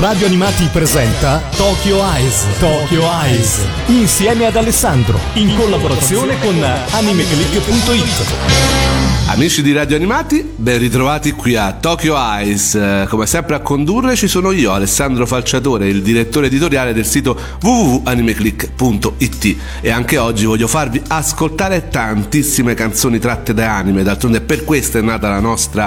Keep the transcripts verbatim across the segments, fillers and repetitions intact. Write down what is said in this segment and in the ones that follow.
Radio Animati presenta Tokyo Eyes. Tokyo Eyes. Insieme ad Alessandro. In collaborazione con animeclick punto it. Amici di Radio Animati, ben ritrovati qui a Tokyo Eyes. Come sempre a condurre ci sono io, Alessandro Falciatore, il direttore editoriale del sito w w w punto animeclick punto it, e anche oggi voglio farvi ascoltare tantissime canzoni tratte da anime. D'altronde per questo è nata la nostra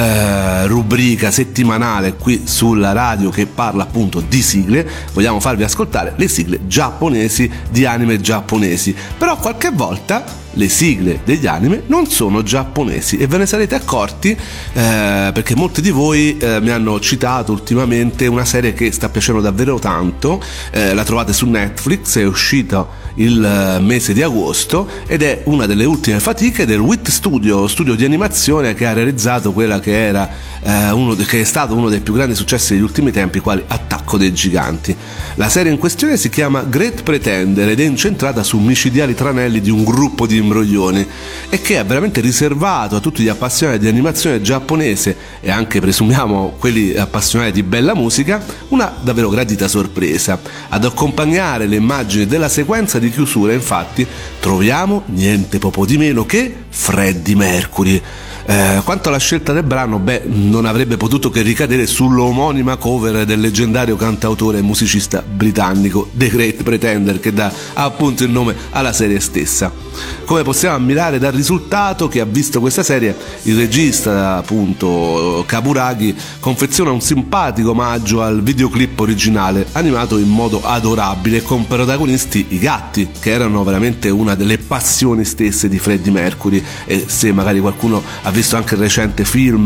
eh, rubrica settimanale qui sulla radio che parla appunto di sigle. Vogliamo farvi ascoltare le sigle giapponesi di anime giapponesi, però qualche volta le sigle degli anime non sono giapponesi e ve ne sarete accorti eh, perché molti di voi eh, mi hanno citato ultimamente una serie che sta piacendo davvero tanto. Eh, la trovate su Netflix, è uscita il mese di agosto ed è una delle ultime fatiche del W I T Studio, studio di animazione che ha realizzato quella che era eh, uno de- che è stato uno dei più grandi successi degli ultimi tempi, quali Attacco dei Giganti. La serie in questione si chiama Great Pretender ed è incentrata su micidiali tranelli di un gruppo di imbroglioni e che è veramente riservato a tutti gli appassionati di animazione giapponese e anche, presumiamo, quelli appassionati di bella musica, una davvero gradita sorpresa. Ad accompagnare le immagini della sequenza di chiusura, infatti, troviamo niente poco di meno che Freddie Mercury. Eh, quanto alla scelta del brano, beh, non avrebbe potuto che ricadere sull'omonima cover del leggendario cantautore e musicista britannico The Great Pretender, che dà appunto il nome alla serie stessa. Come possiamo ammirare dal risultato che ha visto questa serie, il regista appunto Kaburagi confeziona un simpatico omaggio al videoclip originale, animato in modo adorabile con protagonisti i gatti, che erano veramente una delle passioni stesse di Freddie Mercury. E se magari qualcuno ha visto anche il recente film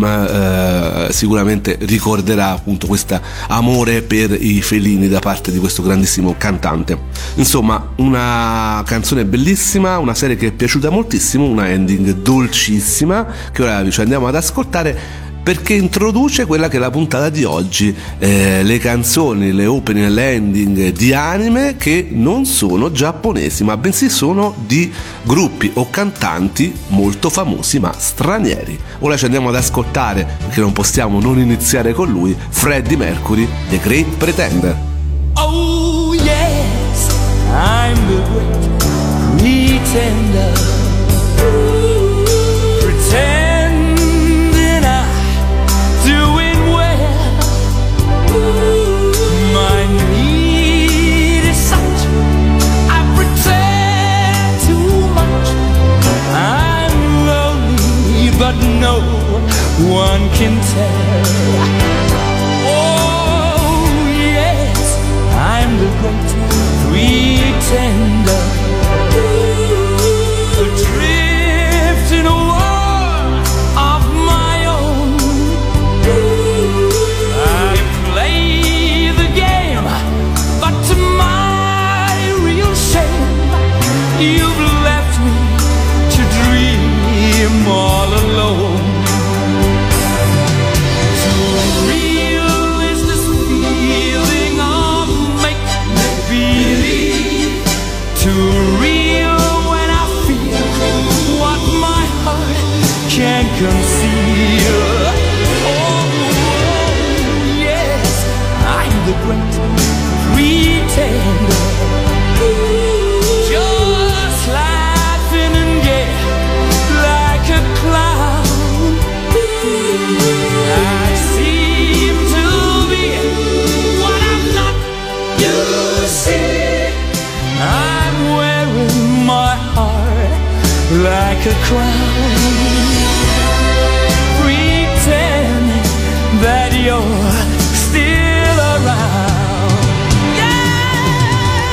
eh, sicuramente ricorderà appunto questo amore per i felini da parte di questo grandissimo cantante. Insomma, una canzone bellissima, una serie che è piaciuta moltissimo, una ending dolcissima che ora ci andiamo ad ascoltare, perché introduce quella che è la puntata di oggi, eh, le canzoni, le opening e le ending di anime che non sono giapponesi, ma bensì sono di gruppi o cantanti molto famosi ma stranieri. Ora ci andiamo ad ascoltare, perché non possiamo non iniziare con lui, Freddie Mercury, The Great Pretender. Oh yes, I'm the great pretender. Pretending I'm doing well. My need is such, I pretend too much. I'm lonely, but no one can tell. Oh yes, I'm the great pretender. Adrift in a world of my own. I play the game, but to my real shame, you've left me to dream all alone. Too real is this feeling of make-believe. Too real when I feel what my heart can't conceal. Oh, yes, I'm the great pretender. Just laughing and gay like a clown. I seem to be what I'm not, you see. I'm wearing my heart like a crown, pretending that you're still around. Yeah,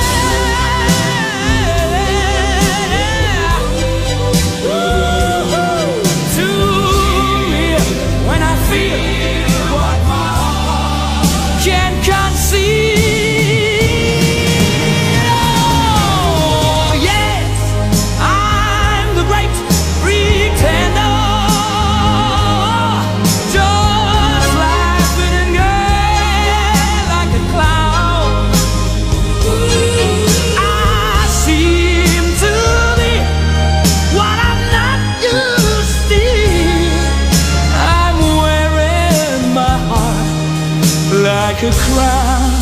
ooh, too real when I feel what my heart can't conceive. Oh yes, I'm the great pretender. Just laughing and girl like a crown.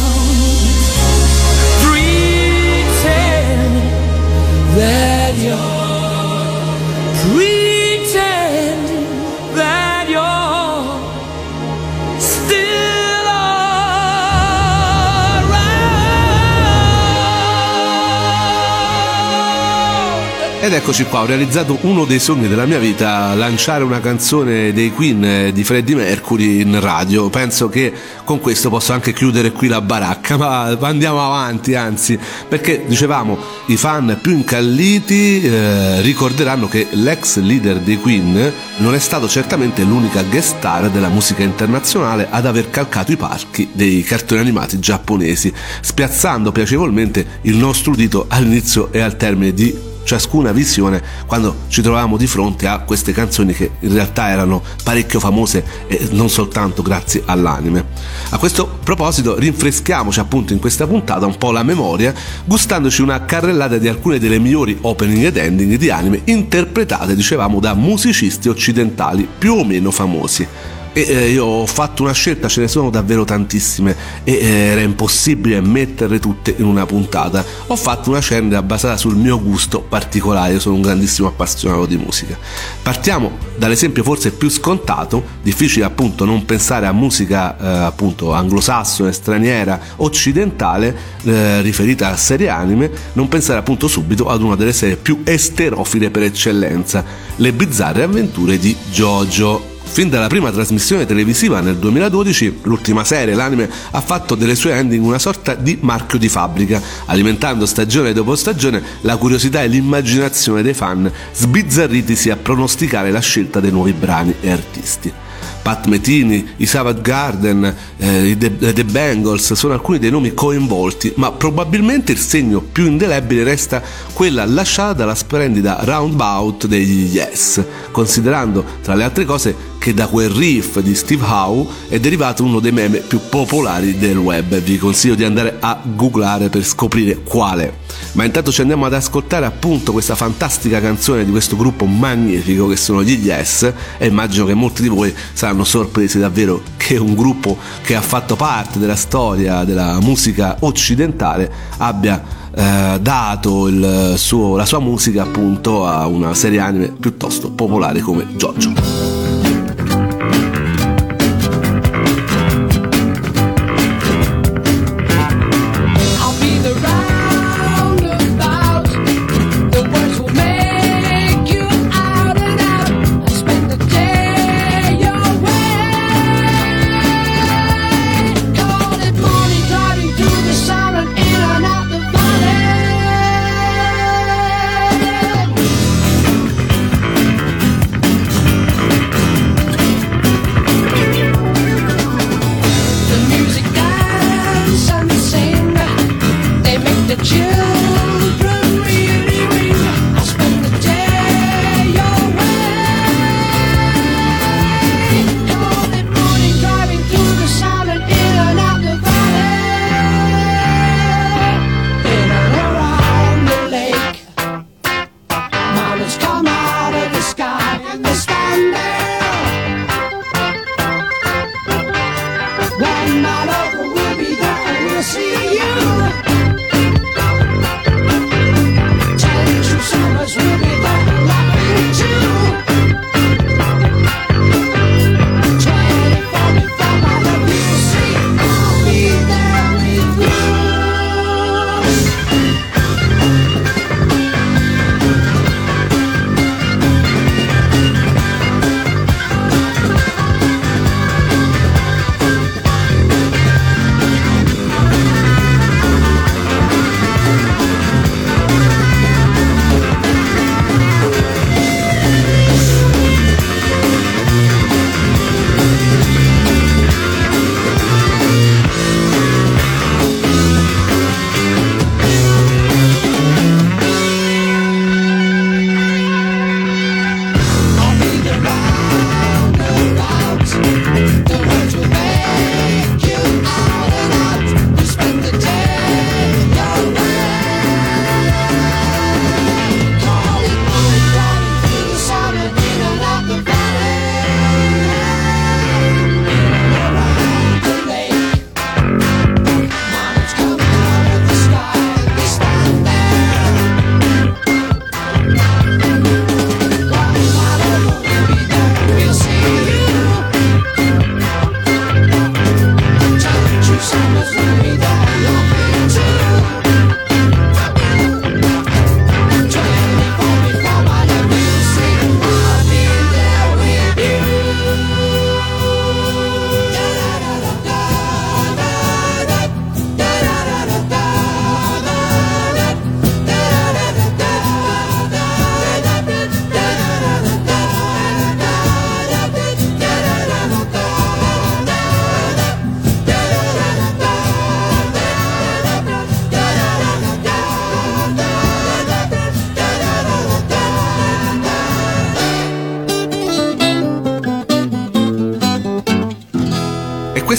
Pretend that you're, pretend that you're still around. Ed eccoci qua, ho realizzato uno dei sogni della mia vita, lanciare una canzone dei Queen di Freddie Mercury in radio. Penso che con questo posso anche chiudere qui la baracca, ma andiamo avanti, anzi, perché dicevamo i fan più incalliti eh, ricorderanno che l'ex leader dei Queen non è stato certamente l'unica guest star della musica internazionale ad aver calcato i palchi dei cartoni animati giapponesi, spiazzando piacevolmente il nostro udito all'inizio e al termine di ciascuna visione, quando ci trovavamo di fronte a queste canzoni che in realtà erano parecchio famose e non soltanto grazie all'anime. A questo proposito rinfreschiamoci appunto in questa puntata un po' la memoria, gustandoci una carrellata di alcune delle migliori opening ed ending di anime interpretate, dicevamo, da musicisti occidentali più o meno famosi. E eh, io ho fatto una scelta, ce ne sono davvero tantissime e eh, era impossibile metterle tutte in una puntata. Ho fatto una scelta basata sul mio gusto particolare, io sono un grandissimo appassionato di musica. Partiamo dall'esempio forse più scontato, difficile appunto non pensare a musica eh, appunto anglosassone, straniera, occidentale, eh, riferita a serie anime, non pensare appunto subito ad una delle serie più esterofile per eccellenza, Le bizzarre avventure di JoJo. Fin dalla prima trasmissione televisiva nel duemiladodici, l'ultima serie, l'anime, ha fatto delle sue ending una sorta di marchio di fabbrica, alimentando stagione dopo stagione la curiosità e l'immaginazione dei fan, sbizzarritisi a pronosticare la scelta dei nuovi brani e artisti. Pat Metheny, i Savage Garden, eh, i The, The Bangles sono alcuni dei nomi coinvolti, ma probabilmente il segno più indelebile resta quella lasciata dalla splendida Roundabout degli Yes, considerando tra le altre cose che da quel riff di Steve Howe è derivato uno dei meme più popolari del web. Vi consiglio di andare a googlare per scoprire quale. Ma intanto ci andiamo ad ascoltare appunto questa fantastica canzone di questo gruppo magnifico che sono gli Yes, e immagino che molti di voi saranno sorpresi davvero che un gruppo che ha fatto parte della storia della musica occidentale abbia eh, dato il suo, la sua musica appunto a una serie anime piuttosto popolare come JoJo.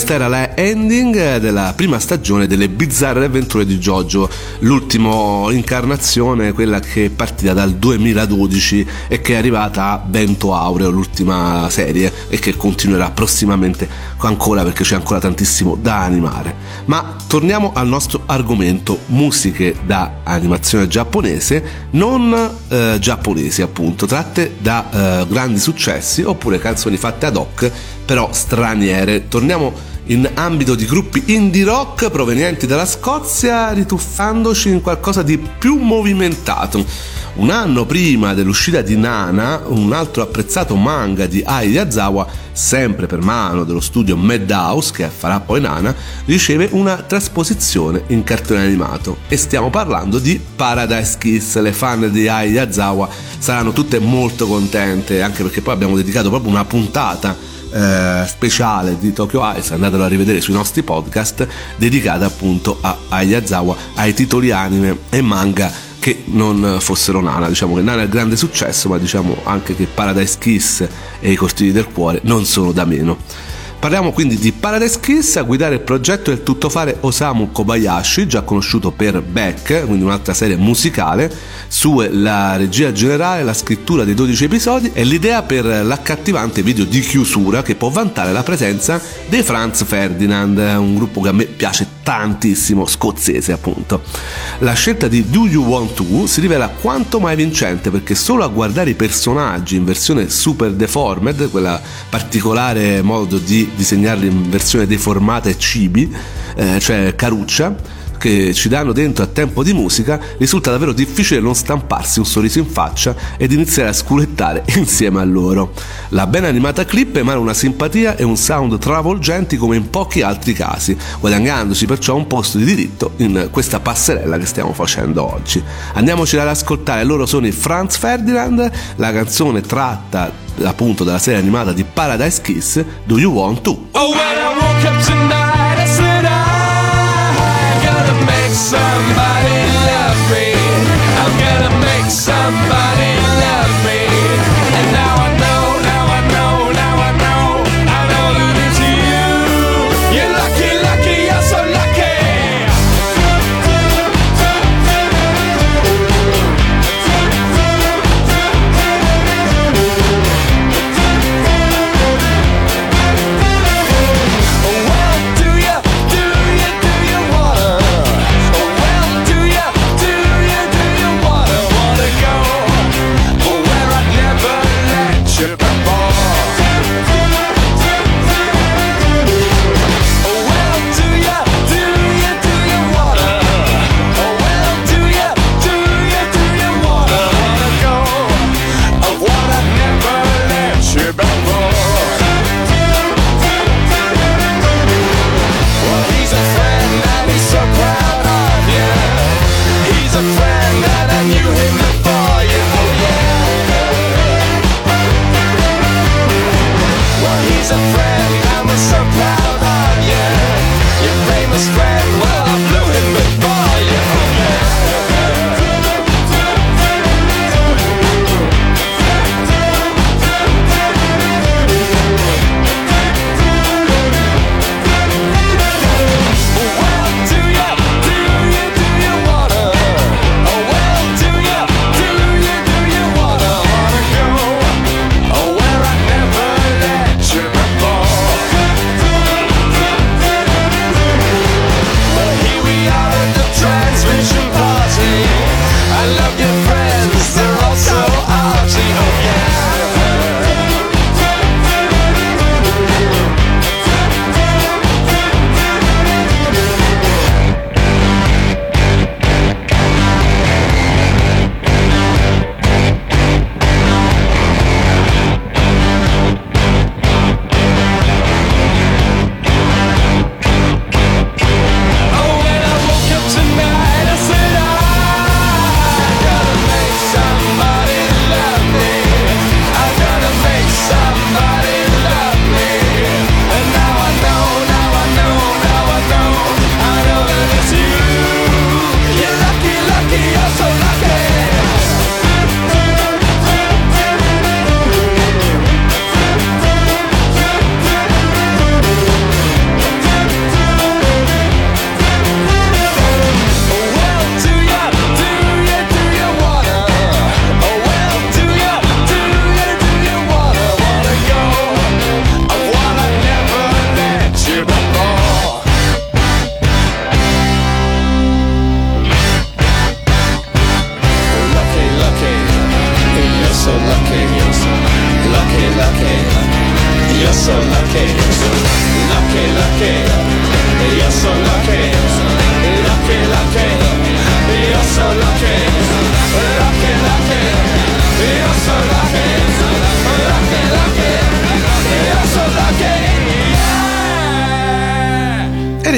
questa era la ending della prima stagione delle bizzarre avventure di JoJo, l'ultima incarnazione, quella che è partita dal duemiladodici e che è arrivata a Vento Aureo, l'ultima serie, e che continuerà prossimamente ancora, perché c'è ancora tantissimo da animare. Ma torniamo al nostro argomento: musiche da animazione giapponese, non eh, giapponesi appunto, tratte da eh, grandi successi oppure canzoni fatte ad hoc però straniere. Torniamo in ambito di gruppi indie rock provenienti dalla Scozia, rituffandoci in qualcosa di più movimentato. Un anno prima dell'uscita di Nana, un altro apprezzato manga di Ai Yazawa, sempre per mano dello studio Madhouse che farà poi Nana, riceve una trasposizione in cartone animato, e stiamo parlando di Paradise Kiss. Le fan di Ai Yazawa saranno tutte molto contente, anche perché poi abbiamo dedicato proprio una puntata Eh, speciale di Tokyo Eyes, andatelo a rivedere sui nostri podcast, dedicata appunto a Ayazawa, ai titoli anime e manga che non fossero Nana. Diciamo che Nana è il grande successo, ma diciamo anche che Paradise Kiss e i Costini del Cuore non sono da meno. Parliamo quindi di Paradise Kiss. A guidare il progetto è il tuttofare Osamu Kobayashi, già conosciuto per Beck, quindi un'altra serie musicale. Sue la regia generale, la scrittura dei dodici episodi e l'idea per l'accattivante video di chiusura, che può vantare la presenza dei Franz Ferdinand, un gruppo che a me piace tantissimo, scozzese appunto. La scelta di Do You Want To si rivela quanto mai vincente, perché solo a guardare i personaggi in versione super deformed, quella particolare modo di disegnarli in versione deformata e cibi, eh, cioè caruccia, che ci danno dentro a tempo di musica, risulta davvero difficile non stamparsi un sorriso in faccia ed iniziare a sculettare insieme a loro. La ben animata clip emana una simpatia e un sound travolgenti come in pochi altri casi, guadagnandosi perciò un posto di diritto in questa passerella che stiamo facendo oggi. Andiamoci ad ascoltare, loro sono i Franz Ferdinand, la canzone tratta appunto dalla serie animata di Paradise Kiss, Do You Want To? Oh, when I woke up tonight, I said I'm gonna make somebody love me. I'm gonna make somebody love me. And now I know, now I know, now I know, I know that it's you. You're lucky, lucky, you're so lucky. Well, do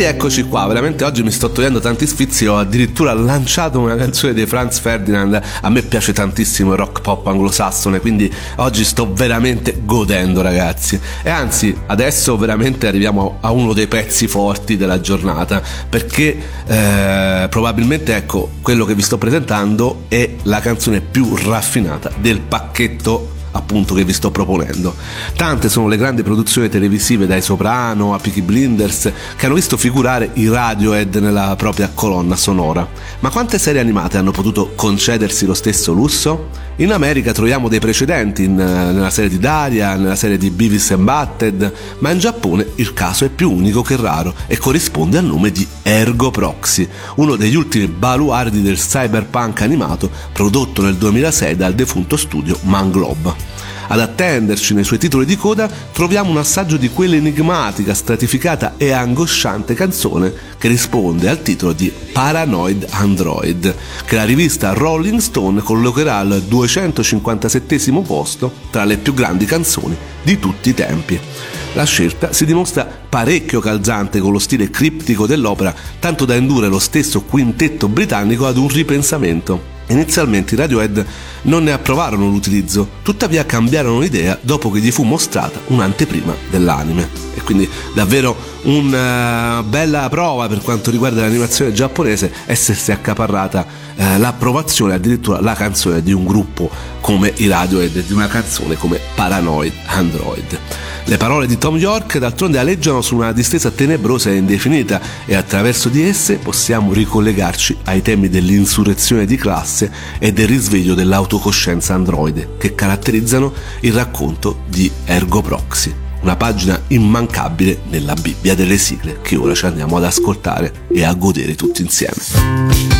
rieccoci qua, veramente oggi mi sto togliendo tanti sfizi, ho addirittura lanciato una canzone di Franz Ferdinand. A me piace tantissimo il rock pop anglosassone, quindi oggi sto veramente godendo, ragazzi. E anzi, adesso veramente arriviamo a uno dei pezzi forti della giornata, perché eh, probabilmente, ecco, quello che vi sto presentando è la canzone più raffinata del pacchetto appunto che vi sto proponendo. Tante sono le grandi produzioni televisive, dai Soprano a Peaky Blinders, che hanno visto figurare i Radiohead nella propria colonna sonora. Ma quante serie animate hanno potuto concedersi lo stesso lusso? In America troviamo dei precedenti in, nella serie di Daria, nella serie di Beavis and Butthead, ma in Giappone il caso è più unico che raro e corrisponde al nome di Ergo Proxy, uno degli ultimi baluardi del cyberpunk animato prodotto nel duemilasei dal defunto studio Manglobe. Ad attenderci nei suoi titoli di coda troviamo un assaggio di quell'enigmatica, stratificata e angosciante canzone che risponde al titolo di Paranoid Android, che la rivista Rolling Stone collocherà al duecentocinquantasettesimo posto tra le più grandi canzoni di tutti i tempi. La scelta si dimostra parecchio calzante con lo stile criptico dell'opera, tanto da indurre lo stesso quintetto britannico ad un ripensamento. Inizialmente i Radiohead non ne approvarono l'utilizzo, tuttavia cambiarono idea dopo che gli fu mostrata un'anteprima dell'anime. E quindi davvero una bella prova per quanto riguarda l'animazione giapponese essersi accaparrata eh, l'approvazione, addirittura la canzone di un gruppo come i Radiohead e di una canzone come Paranoid Android. Le parole di Tom York d'altronde aleggiano su una distesa tenebrosa e indefinita, e attraverso di esse possiamo ricollegarci ai temi dell'insurrezione di classe e del risveglio dell'autocoscienza androide che caratterizzano il racconto di Ergo Proxy, una pagina immancabile nella Bibbia delle sigle che ora ci andiamo ad ascoltare e a godere tutti insieme.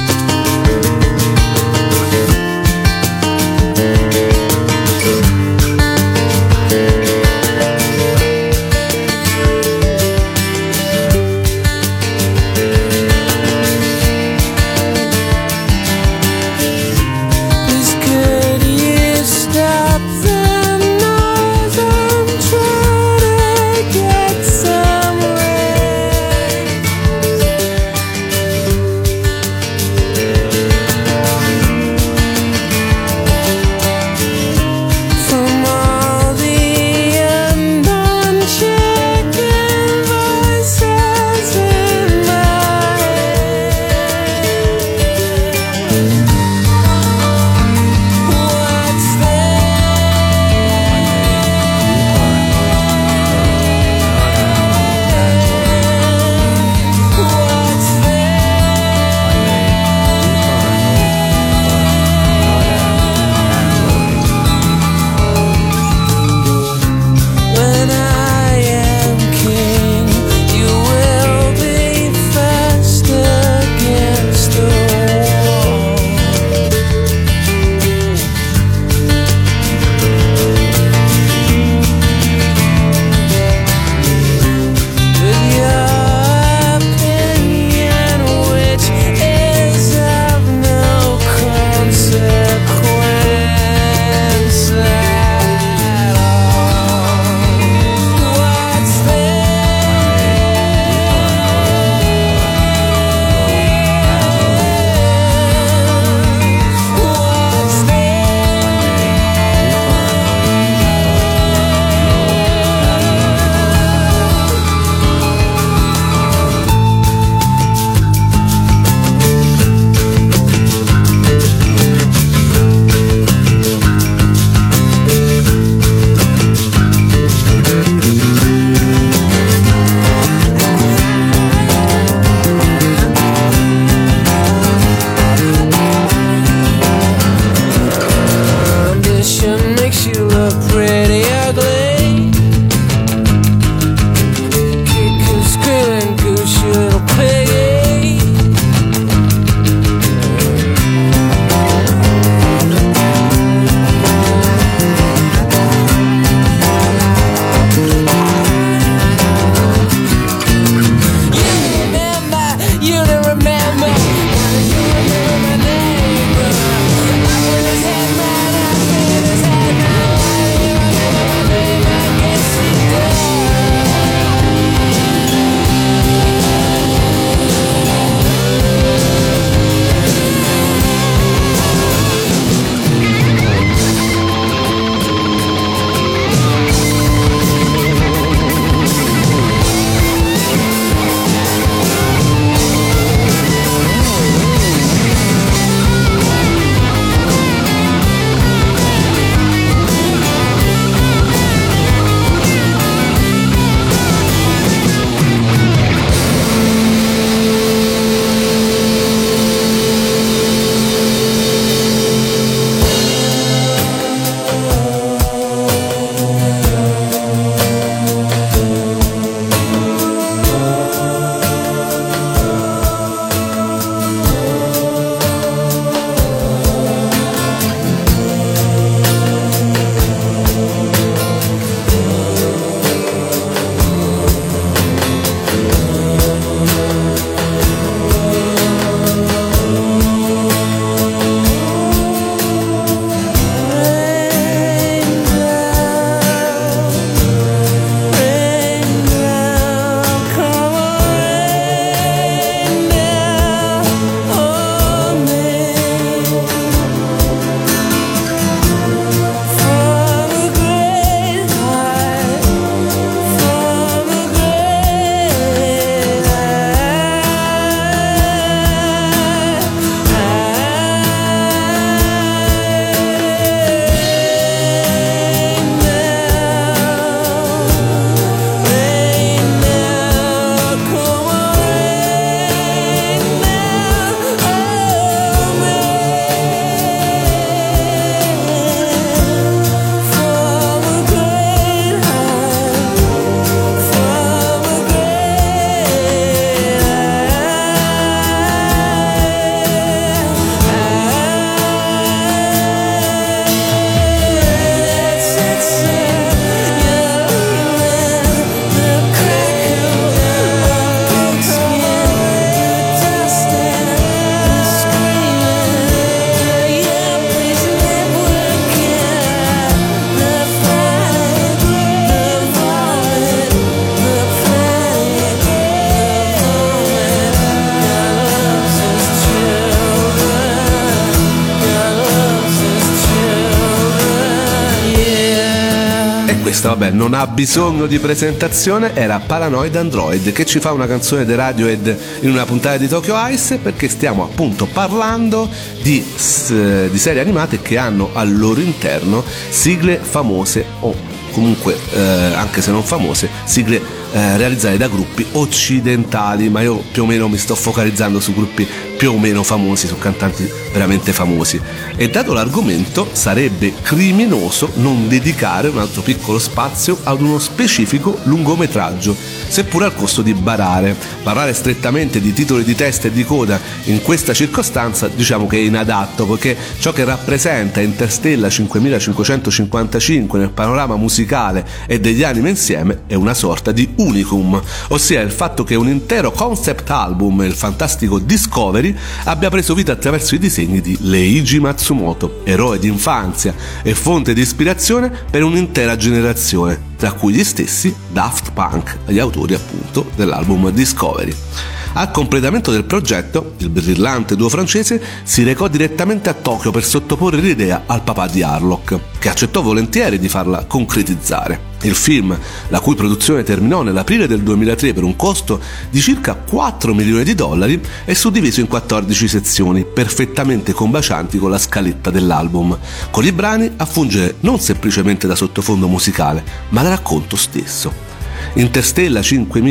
questa vabbè non ha bisogno di presentazione, era Paranoid Android, che ci fa una canzone di Radiohead in una puntata di Tokyo Ice, perché stiamo appunto parlando di, di serie animate che hanno al loro interno sigle famose o comunque eh, anche se non famose, sigle eh, realizzate da gruppi occidentali, ma io più o meno mi sto focalizzando su gruppi più o meno famosi, su cantanti veramente famosi, e dato l'argomento sarebbe criminoso non dedicare un altro piccolo spazio ad uno specifico lungometraggio, seppure al costo di barare. Parlare strettamente di titoli di testa e di coda in questa circostanza diciamo che è inadatto, poiché ciò che rappresenta Interstellar cinquemilacinquecentocinquantacinque nel panorama musicale e degli anime insieme è una sorta di unicum, ossia il fatto che un intero concept album, il fantastico Discovery, abbia preso vita attraverso i disegni di Leiji Matsumoto, eroe di infanzia e fonte di ispirazione per un'intera generazione, tra cui gli stessi Daft Punk, gli autori appunto dell'album Discovery. Al completamento del progetto, il brillante duo francese si recò direttamente a Tokyo per sottoporre l'idea al papà di Harlock, che accettò volentieri di farla concretizzare. Il film, la cui produzione terminò nell'aprile del duemilatré per un costo di circa quattro milioni di dollari, è suddiviso in quattordici sezioni, perfettamente combacianti con la scaletta dell'album, con i brani a fungere non semplicemente da sottofondo musicale, ma da racconto stesso. Interstellar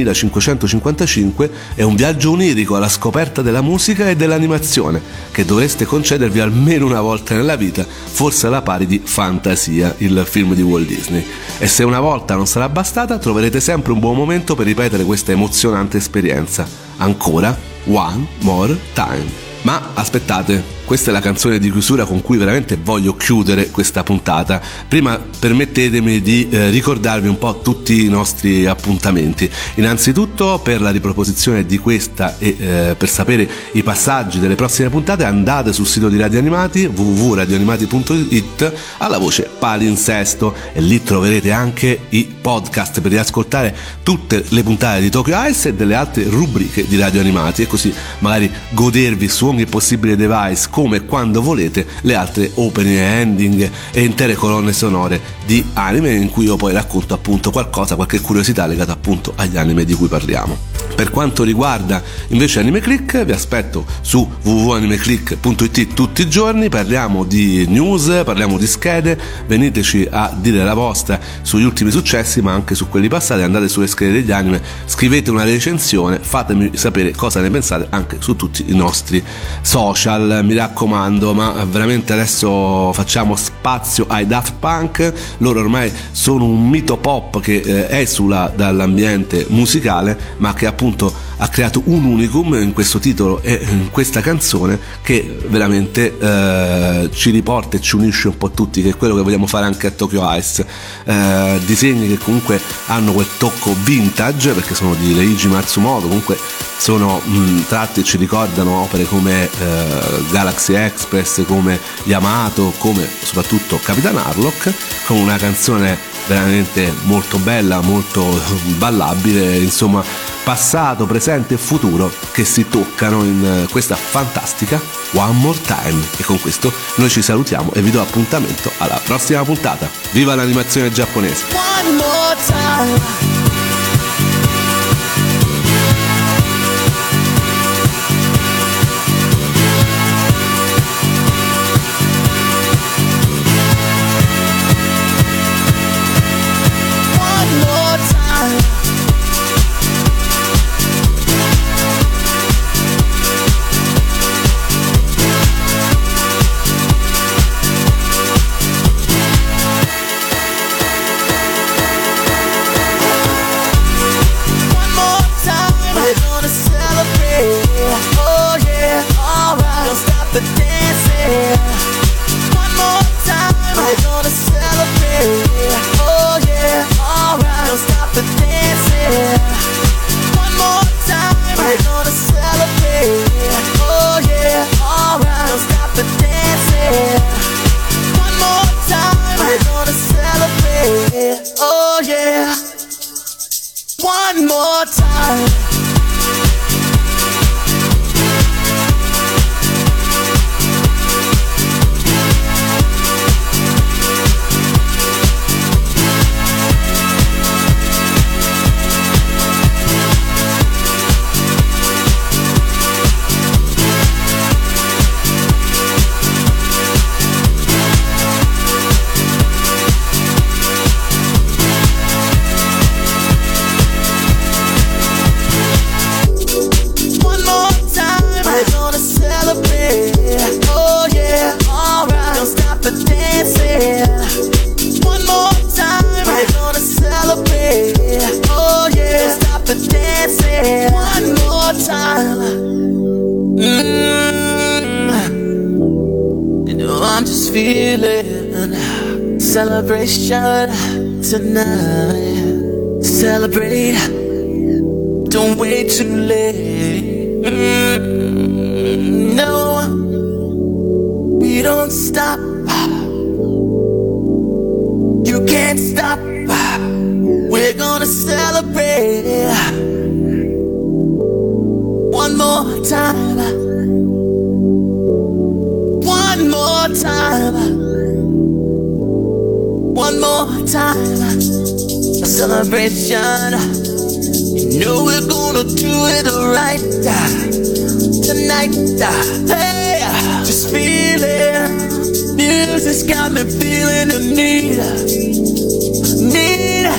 cinquemilacinquecentocinquantacinque è un viaggio onirico alla scoperta della musica e dell'animazione che dovreste concedervi almeno una volta nella vita, forse alla pari di Fantasia, il film di Walt Disney. E se una volta non sarà bastata, troverete sempre un buon momento per ripetere questa emozionante esperienza. Ancora, one more time. Ma aspettate, questa è la canzone di chiusura con cui veramente voglio chiudere questa puntata. Prima permettetemi di eh, ricordarvi un po' tutti i nostri appuntamenti. Innanzitutto, per la riproposizione di questa e eh, per sapere i passaggi delle prossime puntate, andate sul sito di Radio Animati, w w w punto radioanimati punto it, alla voce Palinsesto, e lì troverete anche i podcast per riascoltare tutte le puntate di Tokyo Ice e delle altre rubriche di Radio Animati, e così magari godervi su ogni possibile device, come e quando volete, le altre opening, ending e intere colonne sonore di anime in cui io poi racconto appunto qualcosa, qualche curiosità legata appunto agli anime di cui parliamo. Per quanto riguarda invece Anime Click, vi aspetto su w w w punto animeclick punto it tutti i giorni, parliamo di news, parliamo di schede, veniteci a dire la vostra sugli ultimi successi ma anche su quelli passati, andate sulle schede degli anime, scrivete una recensione, fatemi sapere cosa ne pensate anche su tutti i nostri social, mi raccomando. Ma veramente adesso facciamo spazio ai Daft Punk. Loro ormai sono un mito pop che eh, esula dall'ambiente musicale, ma che appunto ha creato un unicum in questo titolo e in questa canzone, che veramente eh, ci riporta e ci unisce un po' tutti, che è quello che vogliamo fare anche a Tokyo Ice. Eh, disegni che comunque hanno quel tocco vintage, perché sono di Leiji Matsumoto, comunque sono mh, tratti e ci ricordano opere come eh, Galaxy Express, come Yamato, come soprattutto Capitan Harlock, con una canzone veramente molto bella, molto ballabile, insomma passato, presente e futuro che si toccano in questa fantastica One More Time. E con questo noi ci salutiamo e vi do appuntamento alla prossima puntata. Viva l'animazione giapponese! One more time. Mm. You know I'm just feeling celebration tonight. Celebrate, don't wait too late. Mm. No, we don't stop. You can't stop. We're gonna celebrate one more time. One more time. One more time. A celebration. You know we're gonna do it right tonight. Hey, just feel it. Music's got me feeling the need. Need.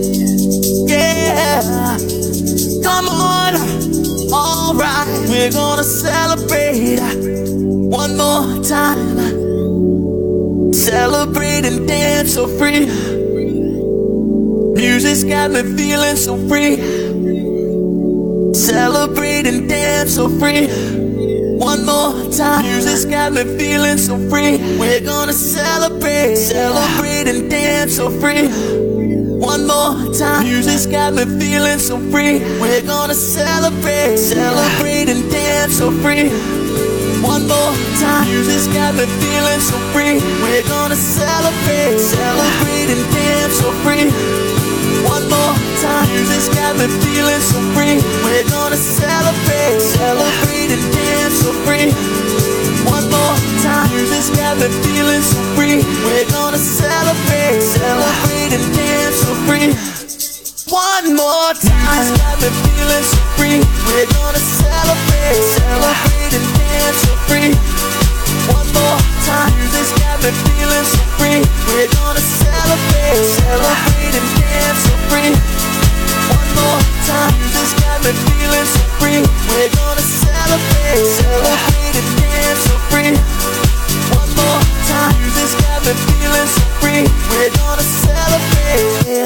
Yeah, come on, alright, we're gonna celebrate one more time. Celebrate and dance so free. Music's got me feeling so free. Celebrate and dance so free. One more time. Music's got me feeling so free. We're gonna celebrate, celebrate and dance so free. One more time. Music's got me feeling so free. We're gonna celebrate, celebrate and dance so free. One more time. Music's got me feeling so free. We're gonna celebrate, celebrate and dance so free. One more time. Music's got me feeling so free. We're gonna celebrate, celebrate and dance so free. One more time. Music's got me feeling so free. We're gonna celebrate, celebrate and dance so free. One more time. Music's got me feeling so free. We're gonna celebrate, celebrate and dance so free. One more time. Music's got me feeling so free. We're gonna celebrate, celebrate and dance so free. One more time. Music's got me feeling so free. We're gonna celebrate, celebrate and dance so free. One more time. Music's got me feeling so free. We're gonna celebrate.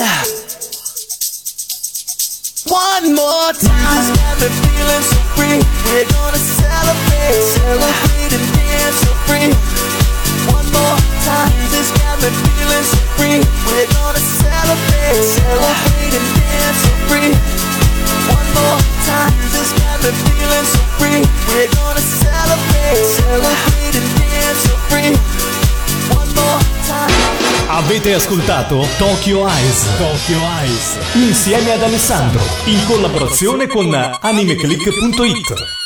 One more time. Music's got me feeling so free. We're gonna celebrate, celebrate and dance so free. One more time. Music's got me feeling so free. We're gonna celebrate, celebrate and dance so free. One more time. Music's got me feeling so free. We're gonna celebrate, celebrate and dance so free. One more time. Avete ascoltato Tokyo Eyes, Tokyo Eyes, insieme ad Alessandro, in collaborazione con animeclick punto it.